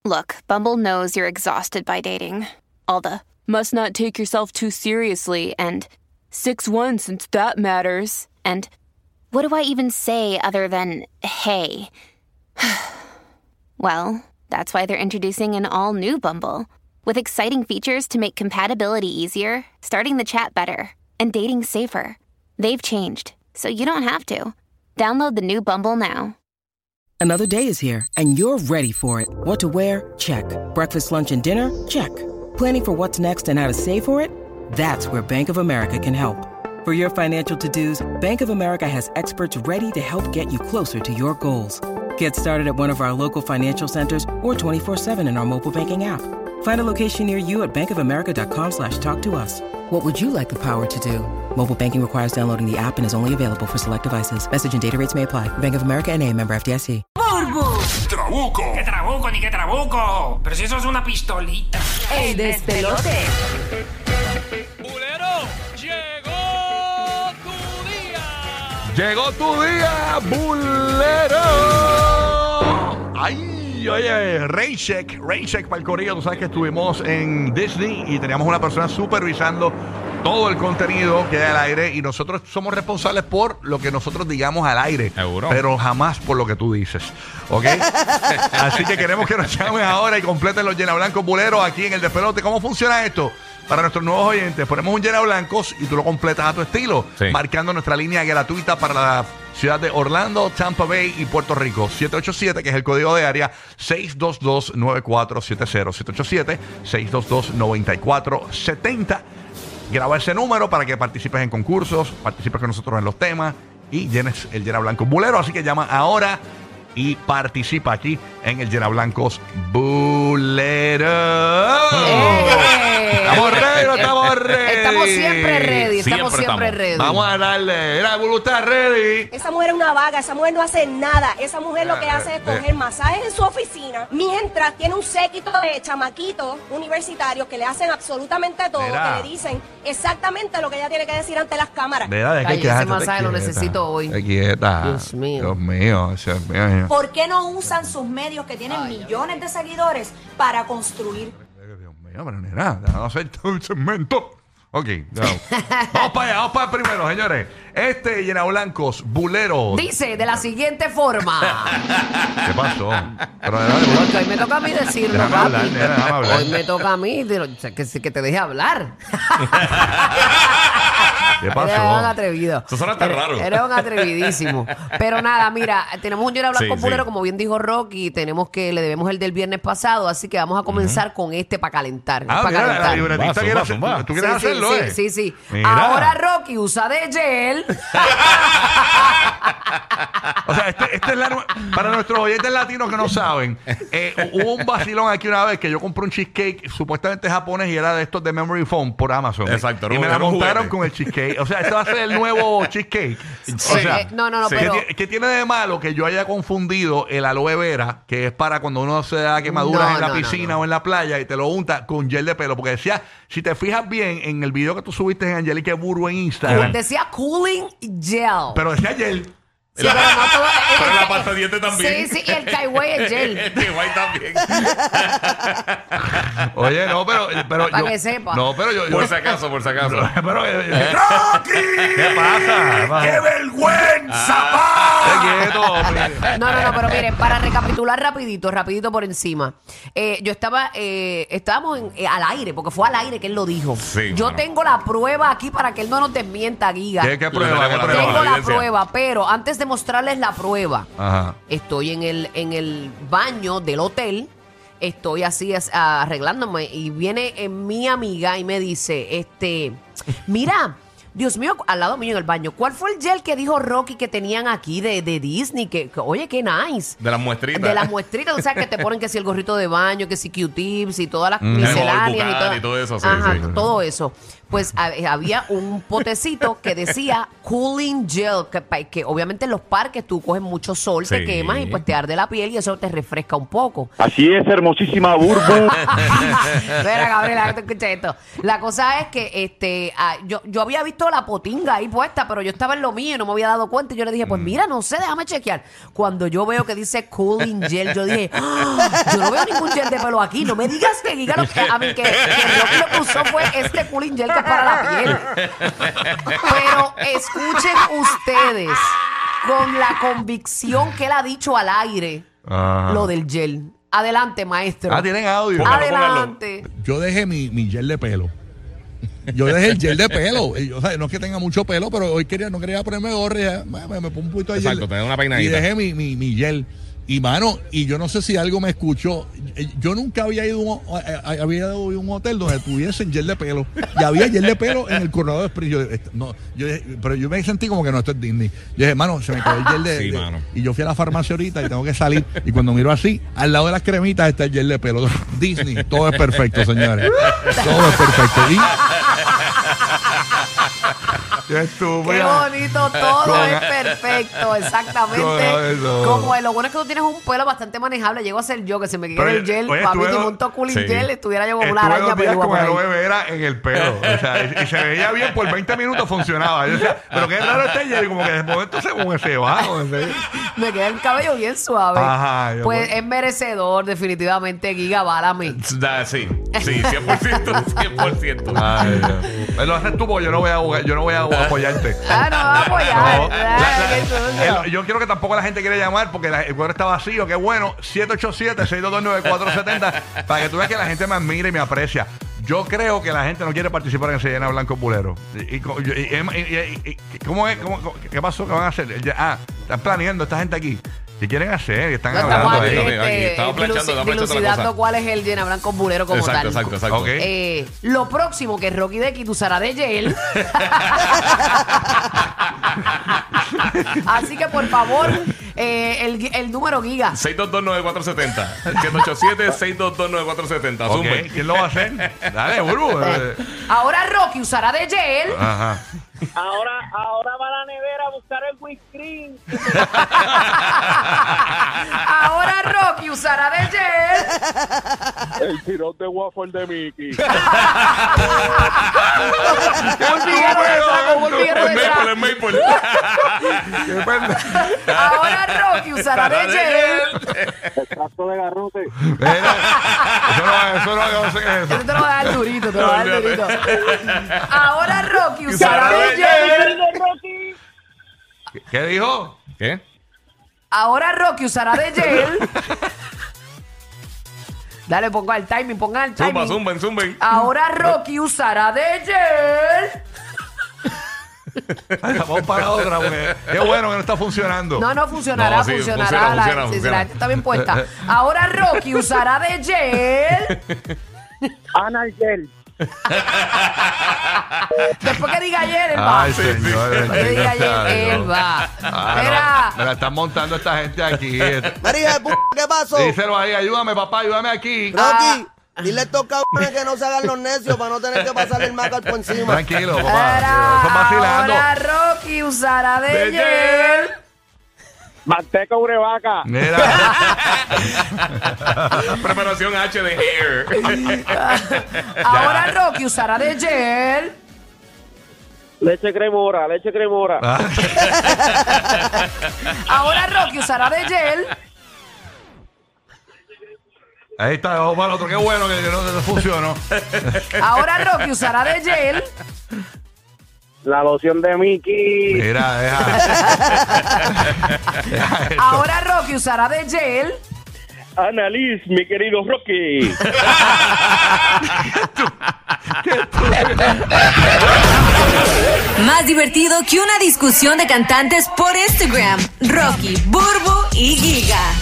Look, Bumble knows you're exhausted by dating. All the must not take yourself too seriously and 6'1" since that matters. And what do I even say other than hey? Well, that's why they're introducing an all-new Bumble with exciting features to make compatibility easier, starting the chat better, and dating safer. They've changed, so you don't have to. Download the new Bumble now. Another day is here, and you're ready for it. What to wear? Check. Breakfast, lunch, and dinner? Check. Planning for what's next and how to save for it? That's where Bank of America can help. For your financial to-dos, Bank of America has experts ready to help get you closer to your goals. Get started at one of our local financial centers or 24/7 in our mobile banking app. Find a location near you at bankofamerica.com/talktous. What would you like the power to do? Mobile banking requires downloading the app and is only available for select devices. Message and data rates may apply. Bank of America N.A., member FDIC. ¡Trabuco! ¡Qué trabuco, ni qué trabuco! Pero si eso es una pistolita. ¡El despelote! ¡Bulero! ¡Llegó tu día! ¡Llegó tu día, bulero! ¡Ay! Oye, Raincheck para el corillo. Tú sabes que estuvimos en Disney y teníamos una persona supervisando todo el contenido que hay al aire y nosotros somos responsables por lo que nosotros digamos al aire. Seguro. Pero jamás por lo que tú dices, ¿ok? Así que queremos que nos llamen ahora y completen los llena blancos buleros aquí en el despelote. ¿Cómo funciona esto? Para nuestros nuevos oyentes, ponemos un llena blancos y tú lo completas a tu estilo, sí, marcando nuestra línea gratuita para la ciudad de Orlando, Tampa Bay y Puerto Rico. 787, que es el código de área, 622-9470. 787-622-9470. Graba ese número para que participes en concursos, participes con nosotros en los temas y llenes el llena blancos bulero. Así que llama ahora y participa aquí en el llena blancos bulero. Estamos ready, no estamos ready. Estamos siempre ready, estamos Siempre siempre ready. Vamos a darle. Mira, Bulu está ready. Esa mujer es una vaga, esa mujer no hace nada. Esa mujer lo que hace es coger masajes en su oficina, mientras tiene un séquito de chamaquitos universitarios que le hacen absolutamente todo, Mira, que le dicen exactamente lo que ella tiene que decir ante las cámaras. Mira, de Ay, que ese quédate masaje lo quieta. necesito hoy. Te quieta. Dios mío. Dios mío. Dios mío. ¿Por qué no usan sus medios que tienen millones de seguidores para construir? Dios mío, pero nena, déjame hacer todo el segmento. Ok, vamos para allá, vamos para el primero, señores. Este llena blancos bulero. Dice de la siguiente forma. ¿Qué pasó? Pero Porque hoy me toca a mí decirlo, déjame papi. hablar, nena, déjame hablar. Hoy me toca a mí que te deje hablar. ¿Qué Eres un pasó? atrevido. Eso suena tan raro. Eres un atrevidísimo. Pero nada, mira, tenemos un llena blanco Sí, bulero, sí. como bien dijo Rocky. Tenemos le debemos el del viernes pasado, así que vamos a comenzar con este para calentar. Ah, para mira, la calentar. libretista Zumba, quiere hacer. zumba. ¿Tú quieres hacerlo, sí, sí. Mira. Ahora Rocky usa de gel. O sea, este es para nuestros oyentes latinos que no saben, hubo un vacilón aquí una vez que yo compré un cheesecake supuestamente japonés y era de estos de Memory Foam por Amazon. Exacto, Y me la era un montaron juguete. con el cheesecake. O sea, este va a ser el nuevo cheesecake. O sea, no, Sí. pero... ¿qué tiene de malo que yo haya confundido el aloe vera, que es para cuando uno se da quemaduras No, en la no, piscina no. o en la playa y te lo unta con gel de pelo? Porque decía, si te fijas bien en el video que tú subiste en Angelique Burro en Instagram, Decía cooling gel. pero decía gel. Sí, pero no todo- Pero la pasta de dientes también. Sí, y el Kaiway es gel. El Kaiway también. Oye, no, pero Para yo, que sepa. no, pero yo Por si acaso, por si acaso. pero ¿qué pasa? ¡Qué vergüenza, pa! Quieto, hombre. No, pero miren, para recapitular rapidito por encima. Estábamos al aire, porque fue al aire que él lo dijo. Sí, yo mano. tengo la prueba aquí para que él no nos desmienta, Giga. ¿Qué prueba? ¿Qué Tengo prueba? Tengo la evidencia. prueba, pero antes de mostrarles la prueba, Ajá. estoy en el baño del hotel. Estoy así arreglándome y viene mi amiga y me dice, mira, Dios mío, al lado mío en el baño, ¿cuál fue el gel que dijo Rocky que tenían aquí de Disney? Oye, qué nice. De las muestritas. De las muestritas, o sea, que te ponen que si el gorrito de baño, que si Q-tips y todas las El misceláneas Buccal y todo eso, sí, Ajá, sí. todo eso. Pues había un potecito que decía cooling gel, que obviamente en los parques tú coges mucho sol, te Sí. quemas y pues te arde la piel y eso te refresca un poco. Así es, hermosísima Burbu. Mira, Gabriela, que te escuché esto. La cosa es que yo había visto visto la potinga ahí puesta, pero yo estaba en lo mío y no me había dado cuenta. Y yo le dije, pues mira, no sé, déjame chequear. Cuando yo veo que dice cooling gel, yo dije, yo no veo ningún gel de pelo aquí. No me digas que Giga lo que lo que usó fue este cooling gel que es para la piel. Pero escuchen ustedes, con la convicción que él ha dicho al aire, lo del gel. Adelante, maestro. Tienen audio. Adelante. Yo dejé mi gel de pelo. Yo dejé el gel de pelo. O sea, no es que tenga mucho pelo, pero hoy no quería ponerme gorra. Y me pongo un poquito de gel. Exacto, tener una peinadita. Y dejé mi gel. Y mano, y yo no sé si algo me escuchó. Yo nunca había ido a un hotel donde tuviesen gel de pelo. Y había gel de pelo en el Coronado Express. Pero yo me sentí como que no, esto es Disney. Yo dije, mano, se me quedó el gel de mano. Y yo fui a la farmacia ahorita y tengo que salir. Y cuando miro así, al lado de las cremitas está el gel de pelo. Disney, todo es perfecto, señores. Todo es perfecto. Qué bonito, todo es perfecto, exactamente. Como lo bueno es que tú tienes un pelo bastante manejable. Llego a ser yo, que se me quede el gel, papito, y monto cooling gel, estuviera yo como una araña pelúa con aloe vera en el pelo. O sea, y se veía bien, por 20 minutos funcionaba. Yo decía, pero qué raro este gel, como que de momento se va. Me queda el cabello bien suave. Ajá, pues es merecedor, definitivamente, Giga, válame. Sí, 100%. Ay, lo haces tú porque yo no voy a apoyarte. No va a apoyar. Yo quiero que tampoco la gente quiere llamar porque el cuadro está vacío. Qué bueno. 787-622-9470 para que tú veas que la gente me admira y me aprecia. Yo creo que la gente no quiere participar en Se Llena Blanco Bulero. ¿Cómo es? ¿Qué pasó? ¿Qué van a hacer? Están planeando esta gente aquí. ¿Qué quieren hacer? Están hablando ahí. Estamos dilucidando cuál es el Llena Blanco Bulero como tal. Exacto. Okay. Lo próximo que Rocky de Kid usará de gel. Así que por favor, el número, Giga. 622-9470. 787-622-9470. Okay. ¿Quién lo va a hacer? Dale, Burbu. Ahora Rocky usará de gel. Ajá. Ahora va a la nevera a buscar el whipped. Ahora Rocky usará de gel. El tirón de waffle de Mickey. El Maple. Ahora Rocky usará de gel. El tracto de garrote. Eso no sé qué es eso. Eso te lo va a dar durito, Ahora Rocky usará de gel. ¿Qué dijo? ¿Qué? Ahora Rocky usará de gel. Dale, pongan el timing. Zumba. Ahora Rocky usará de gel. Vamos para otra, porque qué bueno que no está funcionando. No funcionará, funcionará. La gente está bien puesta. Ahora Rocky usará de gel. Ana gel. Después que diga ayer, él va. Ay, señor. Después que diga ayer, él va. Mira. Me la están montando esta gente aquí. María, ¿qué pasó? Díselo ahí, ayúdame, papá, ayúdame aquí. Rocky, dile a estos cabrones que no se hagan los necios para no tener que pasarle el maco por encima. Tranquilo, papá. Son vacilando. Ahora Rocky usará de gel. Manteca urevaca. Mira. Preparación H de hair. Ahora Rocky usará de gel. Leche cremora. Ahora Rocky usará de gel. Ahí está, vamos para el otro. Qué bueno que no funcionó. Ahora Rocky usará de gel. La loción de Mickey. Mira, deja Ahora Rocky usará de gel. Annalise, mi querido Rocky. Más divertido que una discusión de cantantes por Instagram. Rocky, Burbu y Giga.